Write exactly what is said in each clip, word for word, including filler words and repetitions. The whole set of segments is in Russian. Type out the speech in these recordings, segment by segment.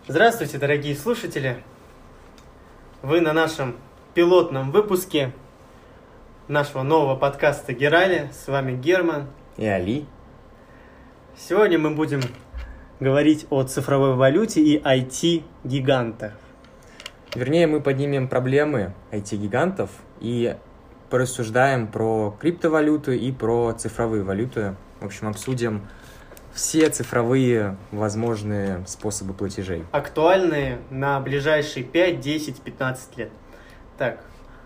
Здравствуйте, дорогие слушатели! Вы на нашем пилотном выпуске нашего нового подкаста «Герали». С вами Герман и Али. Сегодня мы будем говорить о цифровой валюте и ай ти-гигантах. Вернее, мы поднимем проблемы ай ти-гигантов и порассуждаем про криптовалюту и про цифровые валюты. В общем, обсудим все цифровые возможные способы платежей. Актуальные на ближайшие пять, десять, пятнадцать лет. Так,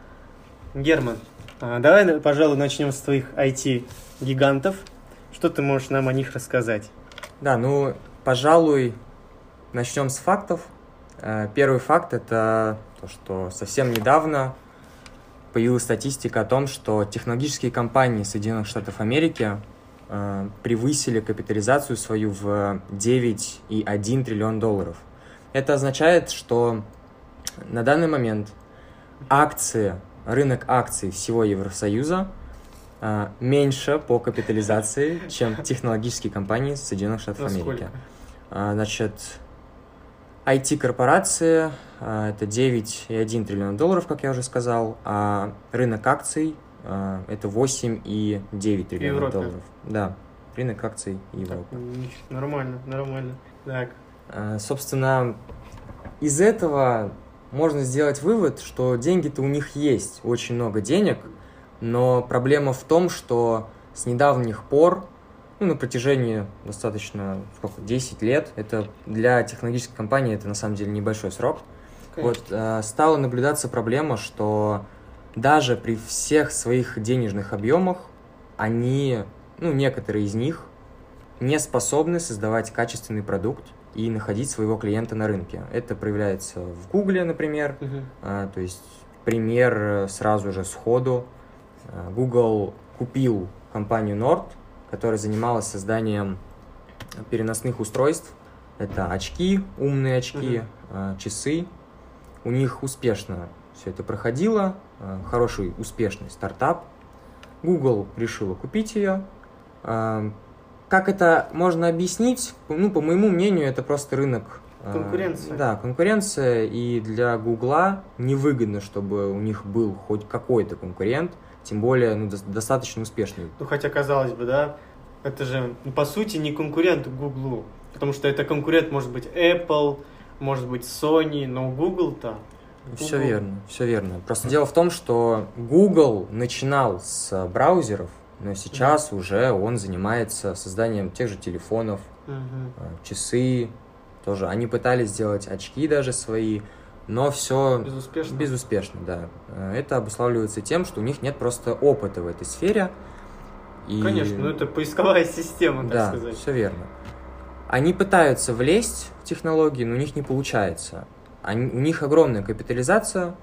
Герман, давай, пожалуй, начнем с твоих ай ти-гигантов. Что ты можешь нам о них рассказать? Да, ну, пожалуй, начнем с фактов. Первый факт – это то, что совсем недавно появилась статистика о том, что технологические компании Соединенных Штатов Америки превысили капитализацию свою в девять целых одна десятая триллиона долларов. Это означает, что на данный момент акции, рынок акций всего Евросоюза меньше по капитализации, чем технологические компании Соединенных Штатов Америки. Значит, ай ти-корпорации это девять целых одна десятая триллиона долларов, как я уже сказал, а рынок акций это восемь целых девять десятых триллиона долларов. Да, рынок акций Европы. Так, нормально, нормально. Так. Собственно, из этого можно сделать вывод, что деньги-то у них есть, очень много денег, но проблема в том, что с недавних пор, ну, на протяжении достаточно, сколько, десять лет, это для технологической компании это на самом деле небольшой срок, вот, стала наблюдаться проблема, что даже при всех своих денежных объемах они, ну, некоторые из них не способны создавать качественный продукт и находить своего клиента на рынке. Это проявляется в Гугле, например. Uh-huh. А, то есть пример сразу же сходу. Google купил компанию Nord, которая занималась созданием переносных устройств. Это очки, умные очки, uh-huh. часы. У них успешно все это проходило. Хороший, успешный стартап. Google решила купить ее. Как это можно объяснить? Ну, по моему мнению, это просто рынок. Конкуренция. Да, конкуренция. И для Гугла невыгодно, чтобы у них был хоть какой-то конкурент, тем более ну, достаточно успешный. Ну, хотя, казалось бы, да, это же, ну, по сути, не конкурент Гуглу. Потому что это конкурент может быть Apple, может быть Sony, но Google-то... Google. Все верно, все верно. Просто дело в том, что Google начинал с браузеров, но сейчас mm-hmm. уже он занимается созданием тех же телефонов, mm-hmm. часы тоже. Они пытались сделать очки даже свои, но все безуспешно. безуспешно, да. Это обуславливается тем, что у них нет просто опыта в этой сфере. И... Конечно, ну это поисковая система, так да, сказать. Да, все верно. Они пытаются влезть в технологии, но у них не получается. Они, у них огромная капитализация.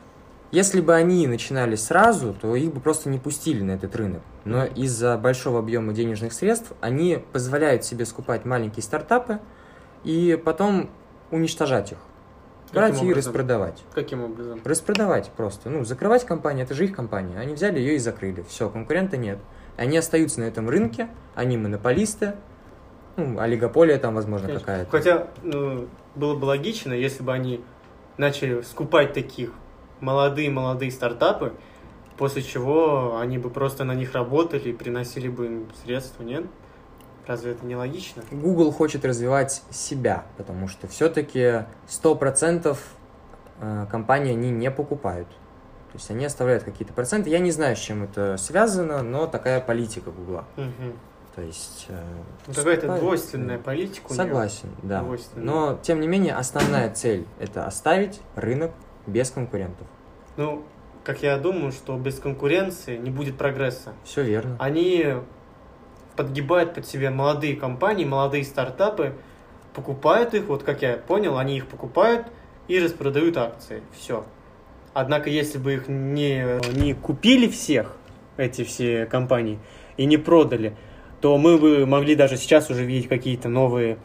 Если бы они начинали сразу, то их бы просто не пустили на этот рынок. Но из-за большого объема денежных средств они позволяют себе скупать маленькие стартапы и потом уничтожать их. Брать и распродавать. Каким образом? Распродавать просто. Ну, закрывать компанию, это же их компания. Они взяли ее и закрыли. Все, конкурента нет. Они остаются на этом рынке, они монополисты. Ну, олигополия там, возможно, Конечно. какая-то. Хотя, ну, было бы логично, если бы они начали скупать таких молодые-молодые стартапы, после чего они бы просто на них работали и приносили бы им средства, нет? Разве это не логично? Google хочет развивать себя, потому что все-таки сто процентов компании они не покупают. То есть они оставляют какие-то проценты. Я не знаю, с чем это связано, но такая политика Google. Угу. То есть... Ну, какая-то двойственная политика. Согласен, да. Но, тем не менее, основная цель – это оставить рынок без конкурентов. Ну, как я думаю, что без конкуренции не будет прогресса. Все верно. Они подгибают под себя молодые компании, молодые стартапы, покупают их, вот как я понял, они их покупают и распродают акции. Все. Однако, если бы их не, не купили всех, эти все компании, и не продали, то мы бы могли даже сейчас уже видеть какие-то новые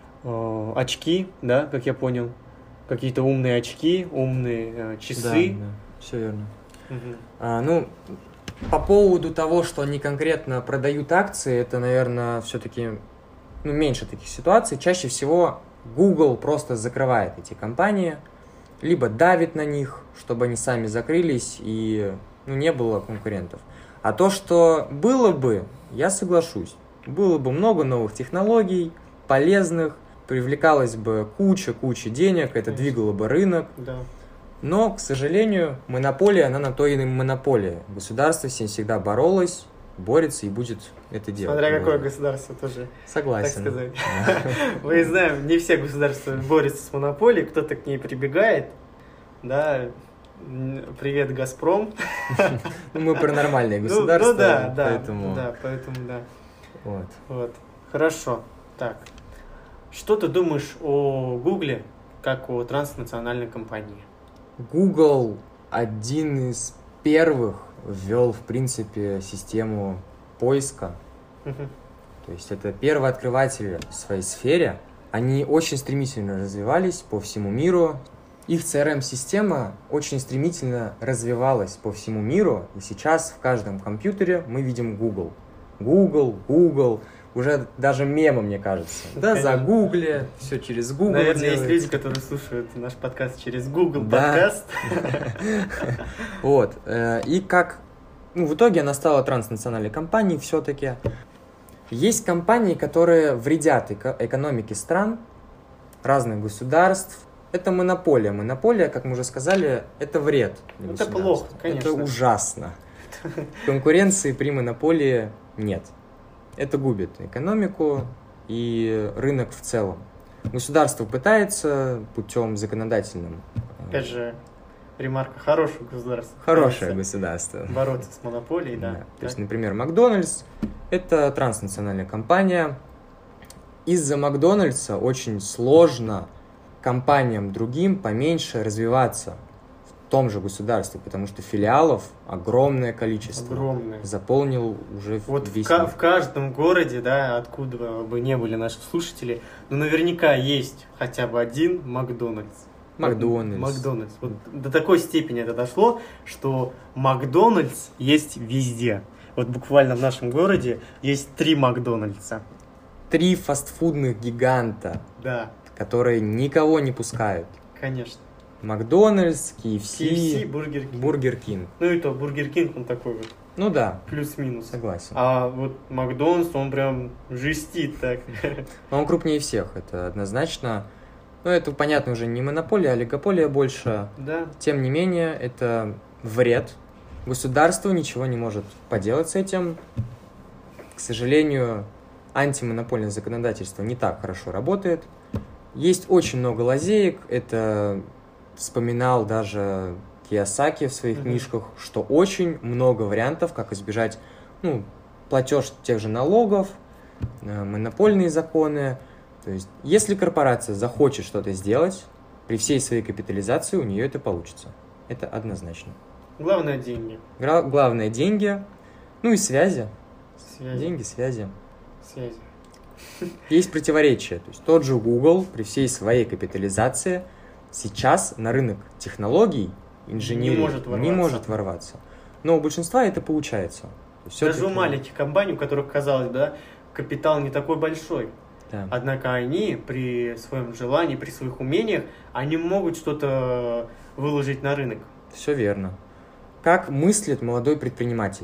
э, очки, да, как я понял, какие-то умные очки, умные э, часы. Да, да, все верно. Угу. А, ну, по поводу того, что они конкретно продают акции, это, наверное, все-таки ну, меньше таких ситуаций. Чаще всего Google просто закрывает эти компании, либо давит на них, чтобы они сами закрылись и ну, не было конкурентов. А то, что было бы, я соглашусь. Было бы много новых технологий, полезных, привлекалось бы куча-куча денег, это двигало бы рынок. Да. Но, к сожалению, монополия, она на то и монополия. Государство с ней всегда боролось, борется и будет это делать. Смотря какое государство тоже. Согласен. Так сказать. Мы знаем, не все государства борются с монополией, кто-то к ней прибегает. Да, привет, Газпром. Ну, мы про нормальные государства. Ну да, да, поэтому... да, поэтому да. Вот. Вот. Хорошо. Так. Что ты думаешь о Гугле как о транснациональной компании? Google один из первых ввел, в принципе, систему поиска. Мгм. То есть это первооткрыватели в своей сфере. Они очень стремительно развивались по всему миру. Их си эр эм-система очень стремительно развивалась по всему миру. И сейчас в каждом компьютере мы видим Google. Google, Google. Уже даже мемы, мне кажется. Да, Конечно. загугли, все через Google. Наверное, есть делается. люди, которые слушают наш подкаст через Google Да. подкаст. Вот. э, И как... Ну, в итоге она стала транснациональной компанией все-таки. Есть компании, которые вредят эко- экономике стран, разных государств. Это монополия. Монополия, как мы уже сказали, это вред для Это государства. плохо, конечно. Это ужасно. Конкуренции при монополии нет. Это губит экономику и рынок в целом. Государство пытается путем законодательным. э, Опять же, ремарка, хорошее государство. Хорошее пытается государство. бороться с монополией, да. Да. То Так. есть, например, Макдональдс – это транснациональная компания. Из-за Макдональдса очень сложно компаниям другим поменьше развиваться в том же государстве, потому что филиалов огромное количество. Огромное. Заполнил уже Вот в, весь ка- мир. в каждом городе, да, откуда бы не были наши слушатели, ну, наверняка есть хотя бы один Макдональдс. Макдональдс. Вот Макдональдс. Вот до такой степени это дошло, что Макдональдс есть везде. Вот буквально в нашем городе есть три Макдональдса. Три фастфудных гиганта, Да, которые никого не пускают. конечно. Макдональдс, кей эф си, кей эф си, Бургер Кинг. Бургер Кинг. Ну и то, Бургер Кинг, он такой вот, Ну да, плюс-минус. согласен. А вот Макдональдс, он прям жестит так. Но он крупнее всех, это однозначно. Ну, это, понятно, уже не монополия, а олигополия больше. Да, Тем не менее, это вред. Государство ничего не может поделать с этим. К сожалению, антимонопольное законодательство не так хорошо работает. Есть очень много лазеек. Это вспоминал даже Кийосаки в своих Мгм. книжках, что очень много вариантов, как избежать ну, платеж тех же налогов, э, монопольные законы. То есть, если корпорация захочет что-то сделать, при всей своей капитализации у нее это получится. Это однозначно. главное деньги. Гра- Главное – деньги, ну и связи. Связи. Деньги, связи. Связи. Есть противоречия. То есть, тот же Google при всей своей капитализации сейчас на рынок технологий, инженерии Не может ворваться. не может ворваться. Но у большинства это получается. То есть, Даже у всё-таки- маленьких компаний, у которых, казалось бы, да, капитал не такой большой. Да. Однако они при своем желании, при своих умениях, они могут что-то выложить на рынок. Все верно. Как мыслит молодой предприниматель?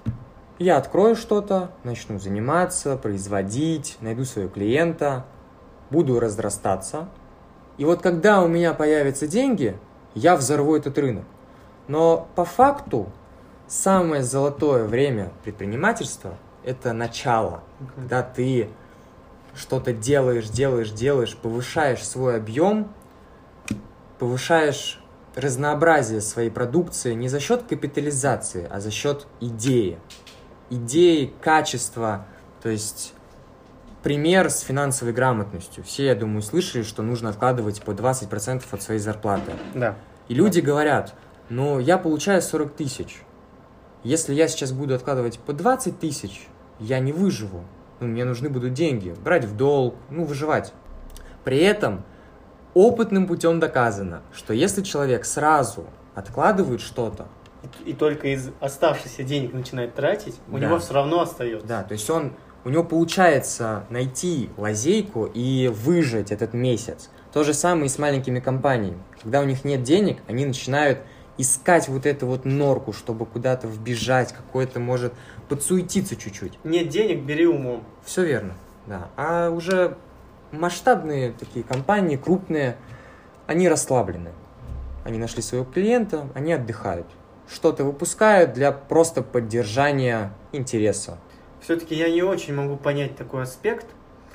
Я открою что-то, начну заниматься, производить, найду своего клиента, буду разрастаться. И вот когда у меня появятся деньги, я взорву этот рынок. Но по факту самое золотое время предпринимательства – это начало. Когда ты что-то делаешь, делаешь, делаешь, повышаешь свой объем, повышаешь разнообразие своей продукции не за счет капитализации, а за счет идеи. Идеи, качества, то есть пример с финансовой грамотностью. Все, я думаю, слышали, что нужно вкладывать по двадцать процентов от своей зарплаты. Да. И люди говорят, ну, я получаю сорок тысяч. Если я сейчас буду откладывать по двадцать тысяч, я не выживу. Ну, мне нужны будут деньги, брать в долг, ну, выживать. При этом опытным путем доказано, что если человек сразу откладывает что-то, И, и только из оставшихся денег начинает тратить, у Да. него все равно остается. да, то есть он у него получается найти лазейку и выжить этот месяц. То же самое и с маленькими компаниями. Когда у них нет денег, они начинают искать вот эту вот норку, чтобы куда-то вбежать, какое-то, может, подсуетиться чуть-чуть. Нет денег, бери умом. Все верно, да. А уже масштабные такие компании, крупные, они расслаблены. Они нашли своего клиента, они отдыхают. Что-то выпускают для просто поддержания интереса. Все-таки я не очень могу понять такой аспект,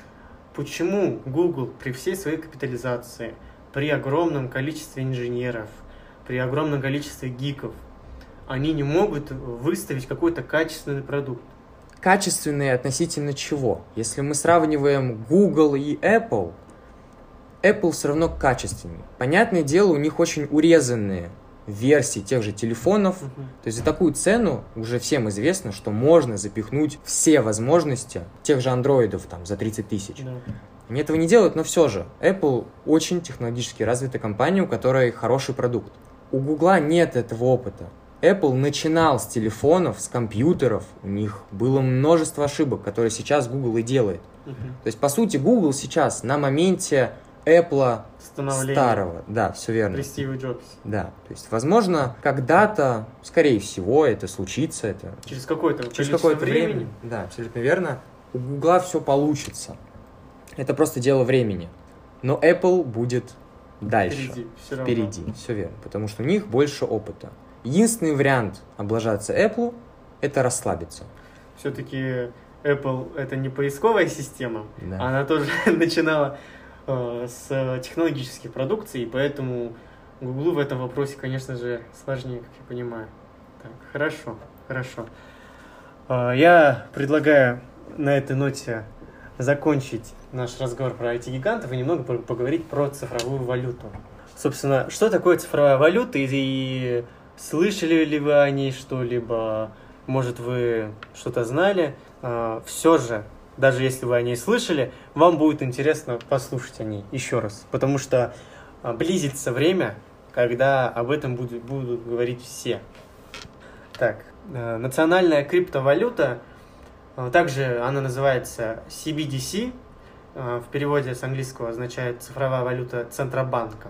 почему Google при всей своей капитализации, при огромном количестве инженеров, при огромном количестве гиков, они не могут выставить какой-то качественный продукт. Качественные относительно чего? Если мы сравниваем Google и Apple, Apple все равно качественнее. Понятное дело, у них очень урезанные версии тех же телефонов. Uh-huh. То есть за такую цену уже всем известно, что можно запихнуть все возможности тех же андроидов там, за тридцать тысяч. Uh-huh. Они этого не делают, но все же Apple очень технологически развитая компания, у которой хороший продукт. У Google нет этого опыта. Apple начинал с телефонов, с компьютеров, у них было множество ошибок, которые сейчас Google и делает. Uh-huh. То есть, по сути, Google сейчас на моменте Apple старого. Да, все верно. При Стиве Джобсе. Да, то есть, возможно, когда-то, скорее всего, это случится. Это... Через какое-то, Через какое-то времени. время. Да, абсолютно верно. У Google все получится. Это просто дело времени. Но Apple будет дальше. Впереди. Все Впереди, все верно. Потому что у них больше опыта. Единственный вариант облажаться Apple – это расслабиться. Все-таки Apple – это не поисковая система. Да. Она тоже начинала э, с технологической продукции, поэтому Google в этом вопросе, конечно же, сложнее, как я понимаю. Так, хорошо, хорошо. Э, я предлагаю на этой ноте закончить наш разговор про ай ти-гигантов и немного поговорить про цифровую валюту. Собственно, что такое цифровая валюта и, и слышали ли вы о ней что-либо, может, вы что-то знали. А, все же, даже если вы о ней слышали, вам будет интересно послушать о ней еще раз, потому что а, близится время, когда об этом будут, будут говорить все. Так, а, национальная криптовалюта, а, также она называется си би ди си, а, в переводе с английского означает цифровая валюта Центробанка.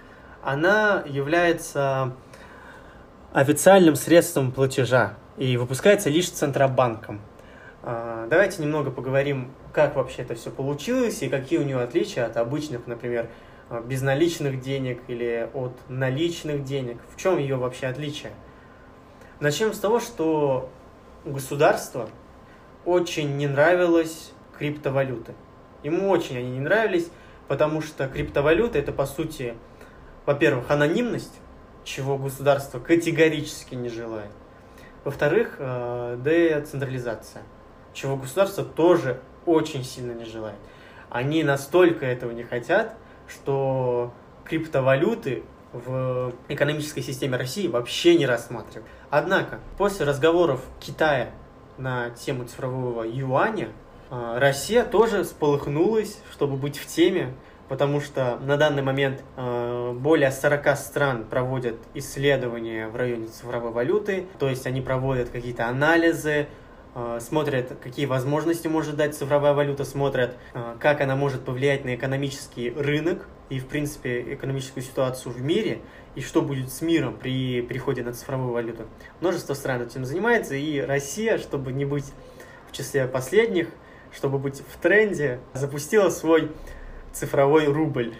Она является официальным средством платежа и выпускается лишь Центробанком. Давайте немного поговорим, как вообще это все получилось и какие у нее отличия от обычных, например, безналичных денег или от наличных денег. В чем ее вообще отличие? Начнем с того, что государству очень не нравилась криптовалюта. Ему очень они не нравились, потому что криптовалюта – это, по сути, во-первых, анонимность, чего государство категорически не желает. Во-вторых, децентрализация, чего государство тоже очень сильно не желает. Они настолько этого не хотят, что криптовалюты в экономической системе России вообще не рассматривают. Однако, после разговоров Китая на тему цифрового юаня, Россия тоже сполыхнулась, чтобы быть в теме, потому что на данный момент э, более сорок стран проводят исследования в районе цифровой валюты, то есть они проводят какие-то анализы, э, смотрят, какие возможности может дать цифровая валюта, смотрят, э, как она может повлиять на экономический рынок и, в принципе, экономическую ситуацию в мире, и что будет с миром при переходе на цифровую валюту. Множество стран этим занимается, и Россия, чтобы не быть в числе последних, чтобы быть в тренде, запустила свой цифровой рубль.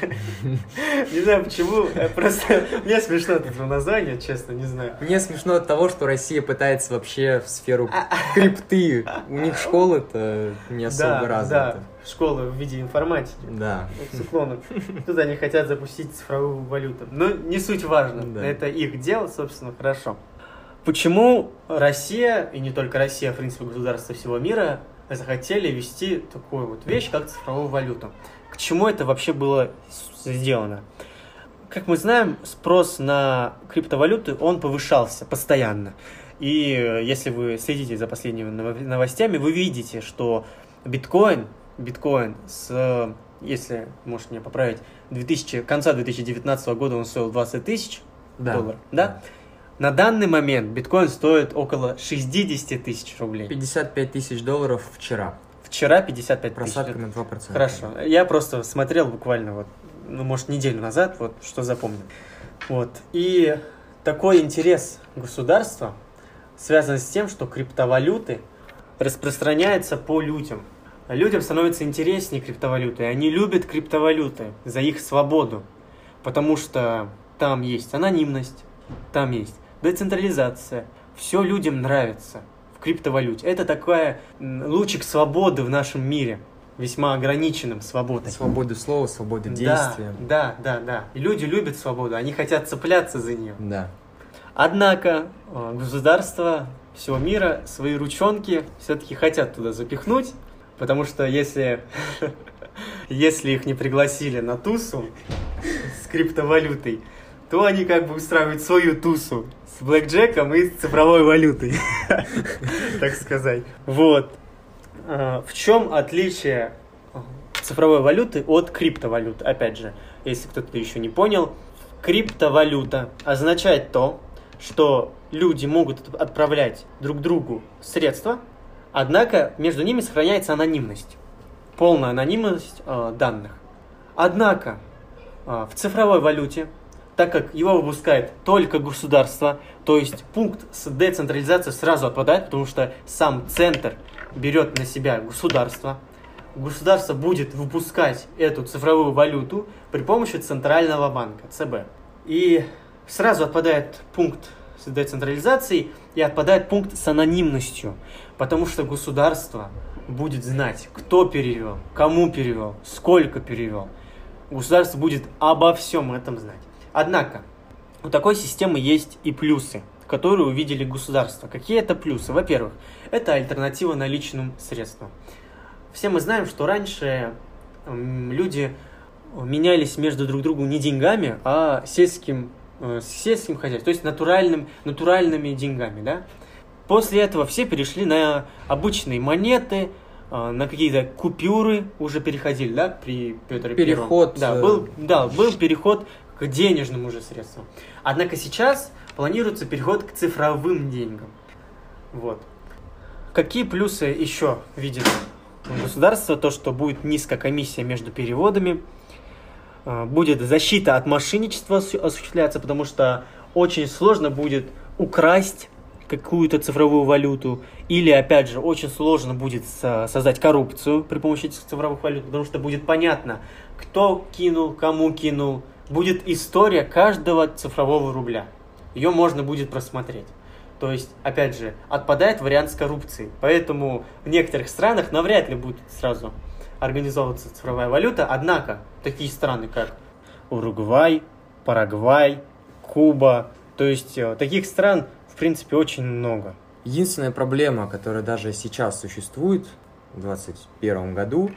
Не знаю почему, просто мне смешно от этого названия, честно, не знаю. Мне смешно от того, что Россия пытается вообще в сферу крипты. У них школы-то не особо развиты. Да, школы в виде информатики. Да. Циклонов. Тут они хотят запустить цифровую валюту. Но не суть важно. Это их дело, собственно, хорошо. Почему Россия, и не только Россия, а в принципе государства всего мира, захотели ввести такую вот вещь, как цифровую валюту? К чему это вообще было сделано? Как мы знаем, спрос на криптовалюты, он повышался постоянно. И если вы следите за последними новостями, вы видите, что биткоин, биткоин с, если, может меня поправить, две тысячи, конца две тысячи девятнадцатого года он стоил двадцать тысяч да. долларов, да? На данный момент биткоин стоит около шестьдесят тысяч рублей. пятьдесят пять тысяч долларов вчера. Вчера пятьдесят пять тысяч. Просадка на два процента. Хорошо. Я просто смотрел буквально вот, ну, может, неделю назад, вот, что запомнил. Вот. И такой интерес государства связан с тем, что криптовалюты распространяются по людям. Людям становится интереснее криптовалюты, и они любят криптовалюты за их свободу, потому что там есть анонимность, там есть децентрализация, все людям нравится в криптовалюте. Это такой лучик свободы в нашем мире, весьма ограниченным свободой. Свободы слова, свободы действия. Да, да, да, да. И люди любят свободу, они хотят цепляться за нее. Да. Однако государства всего мира свои ручонки все-таки хотят туда запихнуть, потому что если, если их не пригласили на тусу с криптовалютой, то они как бы устраивают свою тусу с блэкджеком и с цифровой валютой, так сказать. Вот. В чем отличие цифровой валюты от криптовалюты? Опять же, если кто-то еще не понял, криптовалюта означает то, что люди могут отправлять друг другу средства, однако между ними сохраняется анонимность, полная анонимность э, данных. Однако э, в цифровой валюте, так как его выпускает только государство, то есть пункт с децентрализацией сразу отпадает, потому что сам центр берет на себя государство, государство будет выпускать эту цифровую валюту при помощи центрального банка, ЦБ. И сразу отпадает пункт с децентрализацией и отпадает пункт с анонимностью, потому что государство будет знать, кто перевел, кому перевел, сколько перевел. Государство будет обо всем этом знать. Однако, у такой системы есть и плюсы, которые увидели государство. Какие это плюсы? Во-первых, это альтернатива наличным средствам. Все мы знаем, что раньше люди менялись между друг другом не деньгами, а сельским, э, сельским хозяйством, то есть натуральным, натуральными деньгами. Да? После этого все перешли на обычные монеты, э, на какие-то купюры уже переходили, да, при Петре Первом. Переход. Да, был, да, был переход к денежным уже средствам. Однако сейчас планируется переход к цифровым деньгам. Вот. Какие плюсы еще видит государство? То, что будет низкая комиссия между переводами, будет защита от мошенничества осуществляться, потому что очень сложно будет украсть какую-то цифровую валюту, или, опять же, очень сложно будет создать коррупцию при помощи этих цифровых валют, потому что будет понятно, кто кинул, кому кинул. Будет история каждого цифрового рубля. Ее можно будет просмотреть. То есть, опять же, отпадает вариант с коррупцией. Поэтому в некоторых странах навряд ли будет сразу организовываться цифровая валюта. Однако, такие страны, как Уругвай, Парагвай, Куба, то есть таких стран, в принципе, очень много. Единственная проблема, которая даже сейчас существует в двадцать первом году,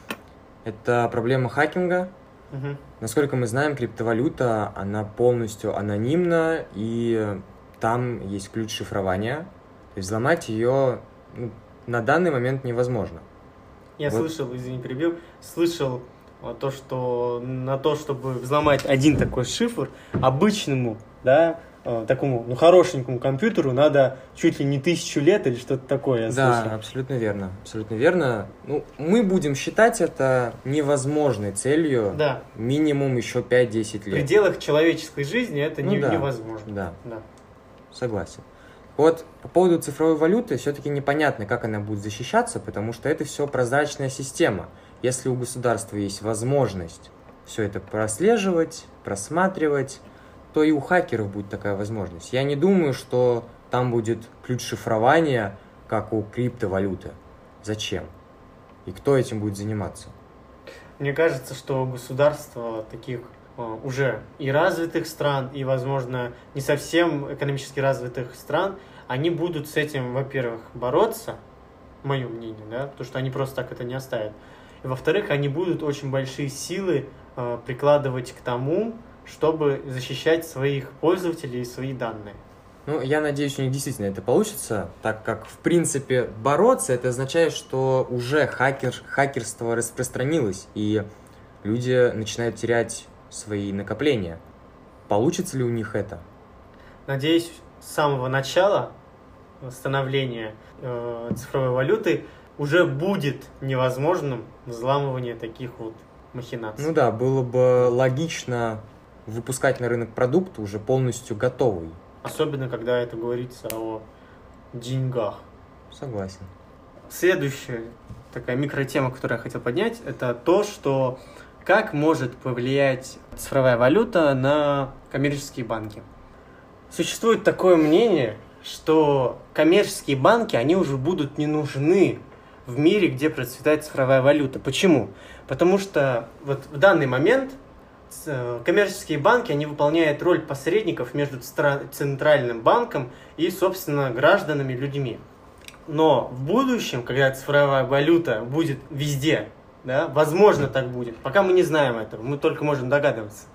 это проблема хакинга. Угу. Насколько мы знаем, криптовалюта, она полностью анонимна, и там есть ключ шифрования. То есть взломать ее, ну, на данный момент невозможно. Я вот. слышал, извини, перебил, слышал то, что на то, чтобы взломать один такой шифр, обычному, да, такому, ну, хорошенькому компьютеру надо чуть ли не тысячу лет или что-то такое, я да, слышал. абсолютно верно, абсолютно верно. Ну, мы будем считать это невозможной целью, да. Минимум еще пять-десять лет. В пределах человеческой жизни это ну, не, да. невозможно. Да. да, согласен. Вот по поводу цифровой валюты все-таки непонятно, как она будет защищаться, потому что это все прозрачная система. Если у государства есть возможность все это прослеживать, просматривать, то и у хакеров будет такая возможность. Я не думаю, что там будет ключ шифрования, как у криптовалюты. Зачем? И кто этим будет заниматься? Мне кажется, что государства таких э, уже и развитых стран, и, возможно, не совсем экономически развитых стран, они будут с этим, во-первых, бороться, мое мнение, да, потому что они просто так это не оставят. И, во-вторых, они будут очень большие силы э, прикладывать к тому, чтобы защищать своих пользователей и свои данные. Ну, я надеюсь, у них действительно это получится, так как, в принципе, бороться, это означает, что уже хакер, хакерство распространилось, и люди начинают терять свои накопления. Получится ли у них это? Надеюсь, с самого начала становления э, цифровой валюты уже будет невозможным взламывание таких вот махинаций. Ну да, было бы логично выпускать на рынок продукт уже полностью готовый. Особенно, когда это говорится о деньгах. Согласен. Следующая такая микротема, которую я хотел поднять, это то, что как может повлиять цифровая валюта на коммерческие банки. Существует такое мнение, что коммерческие банки, они уже будут не нужны в мире, где процветает цифровая валюта. Почему? Потому что вот в данный момент коммерческие банки, они выполняют роль посредников между центральным банком и, собственно, гражданами, людьми. Но в будущем, когда цифровая валюта будет везде, да, возможно, так будет, пока мы не знаем этого, мы только можем догадываться.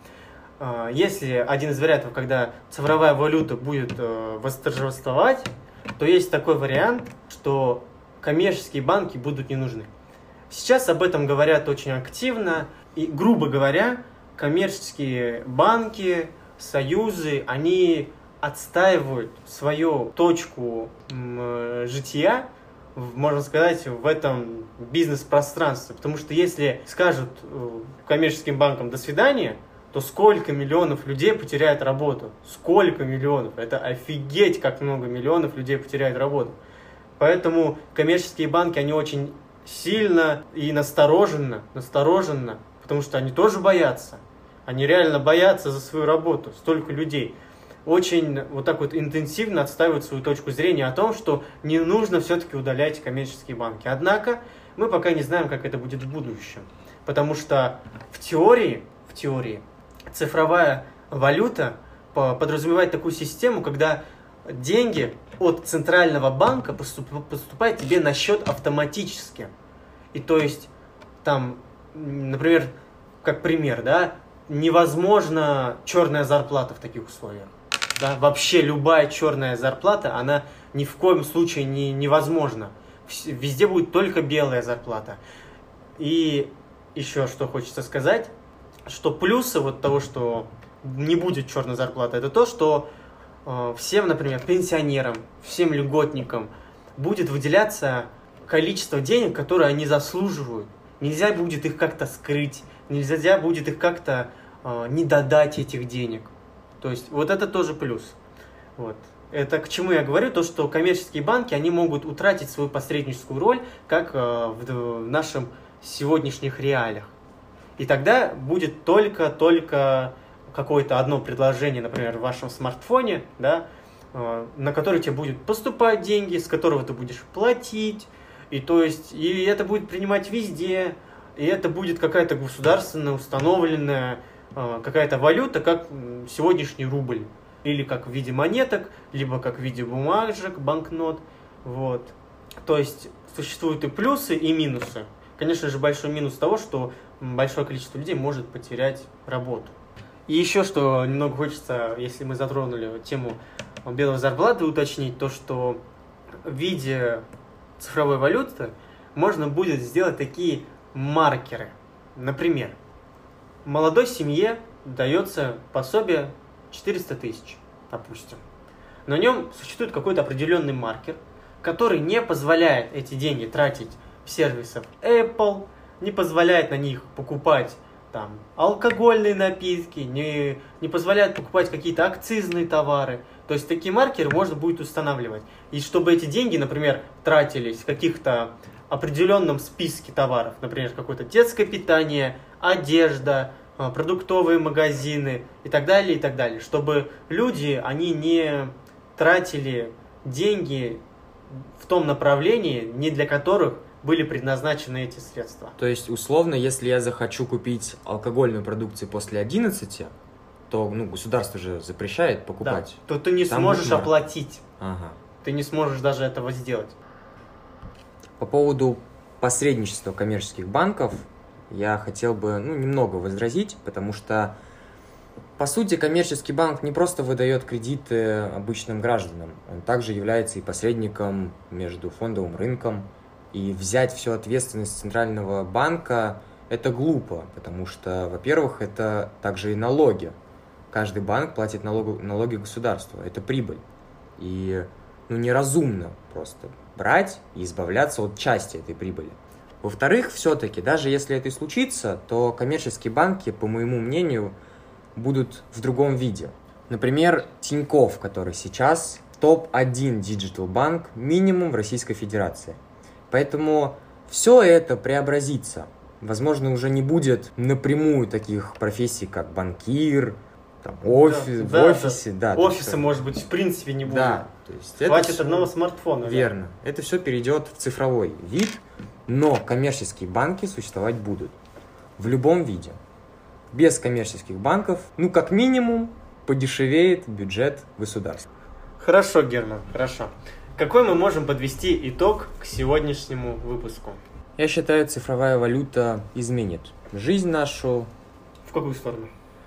Если один из вариантов, когда цифровая валюта будет восторжествовать, то есть такой вариант, что коммерческие банки будут не нужны. Сейчас об этом говорят очень активно, и, грубо говоря, коммерческие банки, союзы, они отстаивают свою точку м, жития, в, можно сказать, в этом бизнес-пространстве. Потому что если скажут э, коммерческим банкам «до свидания», то сколько миллионов людей потеряют работу? Сколько миллионов? Это офигеть, как много миллионов людей потеряют работу. Поэтому коммерческие банки, они очень сильно и настороженно, настороженно, потому что они тоже боятся. Они реально боятся за свою работу, столько людей. Очень вот так вот интенсивно отстаивают свою точку зрения о том, что не нужно все-таки удалять коммерческие банки. Однако мы пока не знаем, как это будет в будущем. Потому что в теории, в теории цифровая валюта подразумевает такую систему, когда деньги от центрального банка поступают тебе на счет автоматически. И то есть там, например, как пример, да, невозможно черная зарплата в таких условиях. Да? Вообще любая черная зарплата, она ни в коем случае не, невозможна. Везде будет только белая зарплата. И еще что хочется сказать, что плюсы вот того, что не будет черной зарплаты, это то, что э, всем, например, пенсионерам, всем льготникам будет выделяться количество денег, которые они заслуживают. Нельзя будет их как-то скрыть, нельзя будет их как-то э, не додать этих денег. То есть вот это тоже плюс. Вот. Это к чему я говорю? То, что коммерческие банки, они могут утратить свою посредническую роль, как э, в, в нашем сегодняшних реалиях. И тогда будет только-только какое-то одно предложение, например, в вашем смартфоне, да, э, на которое тебе будут поступать деньги, с которого ты будешь платить. И то есть, и это будет принимать везде, и это будет какая-то государственная, установленная э, какая-то валюта, как сегодняшний рубль. Или как в виде монеток, либо как в виде бумажек, банкнот. Вот. То есть, существуют и плюсы, и минусы. Конечно же, большой минус того, что большое количество людей может потерять работу. И еще что немного хочется, если мы затронули тему белой зарплаты, уточнить, то что в виде цифровой валюты можно будет сделать такие маркеры. Например, молодой семье дается пособие четыреста тысяч, допустим. На нем существует какой-то определенный маркер, который не позволяет эти деньги тратить в сервисах Apple, не позволяет на них покупать там алкогольные напитки, не, не позволяет покупать какие-то акцизные товары. То есть такие маркеры можно будет устанавливать. И чтобы эти деньги, например, тратились в каких-то определенном списке товаров, например, какое-то детское питание, одежда, продуктовые магазины и так далее, и так далее. Чтобы люди, они не тратили деньги в том направлении, не для которых были предназначены эти средства. То есть, условно, если я захочу купить алкогольную продукцию после одиннадцати, то ну, государство же запрещает покупать. Да, то ты не Там сможешь можно... оплатить. Ага. Ты не сможешь даже этого сделать. По поводу посредничества коммерческих банков я хотел бы ну, немного возразить, потому что, по сути, коммерческий банк не просто выдает кредиты обычным гражданам, он также является и посредником между фондовым рынком. И взять всю ответственность Центрального банка – это глупо, потому что, во-первых, это также и налоги. Каждый банк платит налогу, налоги государству, это прибыль. И ну, неразумно просто брать и избавляться от части этой прибыли. Во-вторых, все-таки, даже если это и случится, то коммерческие банки, по моему мнению, будут в другом виде. Например, Тинькофф, который сейчас топ один диджитал-банк минимум в Российской Федерации. Поэтому все это преобразится. Возможно, уже не будет напрямую таких профессий, как банкир, там, офис, да, в офисе. Да, да, офиса, может быть, в принципе не будет. Да, то есть хватит это одного все... смартфона. Верно. Да. Это все перейдет в цифровой вид, но коммерческие банки существовать будут в любом виде. Без коммерческих банков, ну, как минимум, подешевеет бюджет государства. Хорошо, Герман, хорошо. Какой мы можем подвести итог к сегодняшнему выпуску? Я считаю, цифровая валюта изменит жизнь нашу. В какую сторону?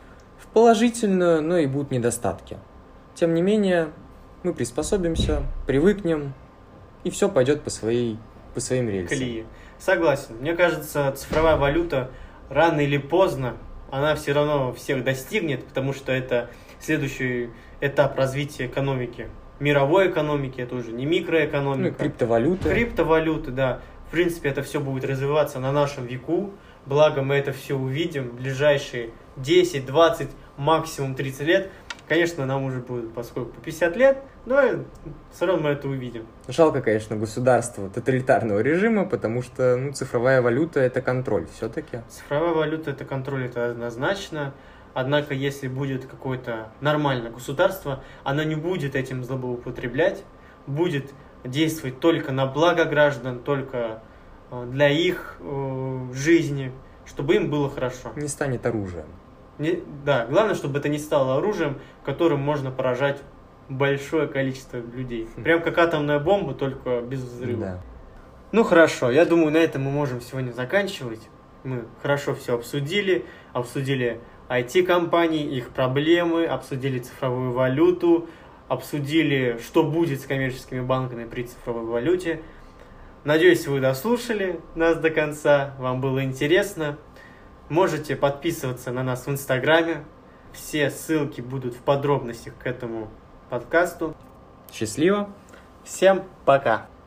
В положительную, но и будут недостатки. Тем не менее, мы приспособимся, привыкнем, и все пойдет по, своей, по своим рельсам. Колеи. Согласен. Мне кажется, цифровая валюта рано или поздно, она все равно всех достигнет, потому что это следующий этап развития экономики. Мировой экономики, это уже не микроэкономика. Ну и криптовалюты. Криптовалюты, да. В принципе, это все будет развиваться на нашем веку. Благо, мы это все увидим в ближайшие десять, двадцать, максимум тридцать лет. Конечно, нам уже будет, поскольку по пятьдесят лет, но все равно мы это увидим. Жалко, конечно, государство тоталитарного режима, потому что ну, цифровая валюта – это контроль все-таки. Цифровая валюта – это контроль, это однозначно. Однако, если будет какое-то нормальное государство, оно не будет этим злоупотреблять, будет действовать только на благо граждан, только для их э, жизни, чтобы им было хорошо. Не станет оружием. Не, да, главное, чтобы это не стало оружием, которым можно поражать большое количество людей. Прям как атомная бомба, только без взрыва. Да. Ну хорошо, я думаю, на этом мы можем сегодня заканчивать. Мы хорошо все обсудили, обсудили ай ти-компании, их проблемы, обсудили цифровую валюту, обсудили, что будет с коммерческими банками при цифровой валюте. Надеюсь, вы дослушали нас до конца, вам было интересно. Можете подписываться на нас в Инстаграме. Все ссылки будут в подробностях к этому подкасту. Счастливо! Всем пока!